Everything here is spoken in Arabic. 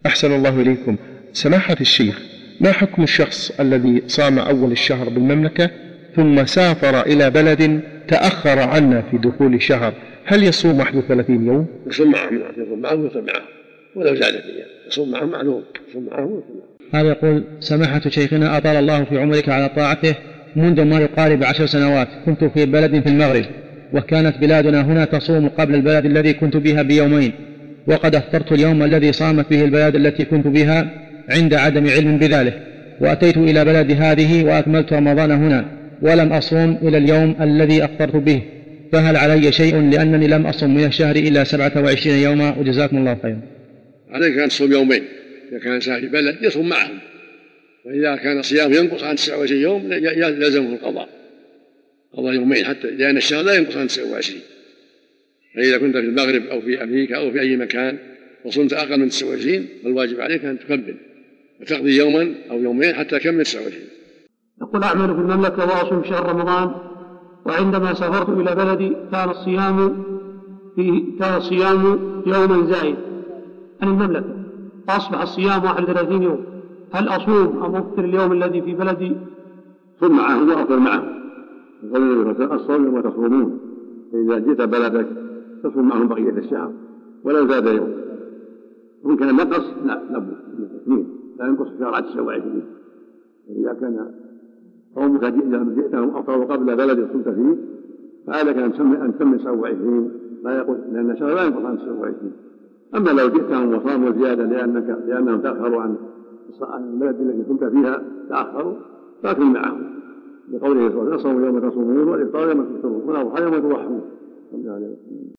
أحسن الله إليكم. سماحة الشيخ، ما حكم الشخص الذي صام أول الشهر بالمملكة ثم سافر إلى بلد تأخر عنا في دخول الشهر، هل يصوم 31 يوم؟ يصوم معهم ويفطر معهم ولو زاد الأيام، يصوم معهم معلوم، يصوم معهم ويفطر معهم. هذا يقول: سماحة شيخنا أطال الله في عمرك على طاعته، منذ ما يقارب 10 سنوات كنت في بلد في المغرب، وكانت بلادنا هنا تصوم قبل البلد الذي كنت بها بيومين، وقد أفطرت اليوم الذي صامت به البلد التي كنت بها عند عدم علم بذلك، وأتيت إلى بلد هذه وأكملت رمضان هنا ولم أصوم إلى اليوم الذي أفطرت به، فهل علي شيء لأنني لم أصوم من الشهر إلا 27 يوما؟ وجزاكم الله خيرا. عليك أن تصوم يومين إذا كان سافر بلد يصوم معهم، وإذا كان الصيام ينقص عن 29 يوم يلزمه القضاء، قضاء يومين، حتى لأن الشهر لا ينقص عن 29. فإذا كنت في المغرب أو في أمريكا أو في أي مكان وصمت أقل من 29 فالواجب عليك أن تكمل وتقضي يوما أو يومين حتى تكمل 29. يقول: أعمل في المملكة وأصوم شهر رمضان، وعندما سافرت إلى بلدي كان الصيام يوما زائد عن المملكة، فأصبح الصيام 31 يوم، هل أصوم أم أفطر اليوم الذي في بلدي؟ صم معهم وأفطر معهم، الصوم يوم تصومون، فإذا جئت بلدك تصوم معهم بقية الشهر ولو زاد يوم. وإن كان نقص لا ينقص الشهر عن 29. إذا كان قومك جئتهم أفطروا قبل بلد صمت فيه فعليك أن تكمل 27، لا يقول، لأن الشهر لا ينقص عن 29. أما لو جئتهم وصاموا زيادة لأنهم تأخروا عن البلد التي كنت فيها تأخروا، فأكل معهم، لقوله صلى الله عليه وسلم: صوموا يوم تصومون والإفطار يوم تفطرون والأضحى يوم تضحون.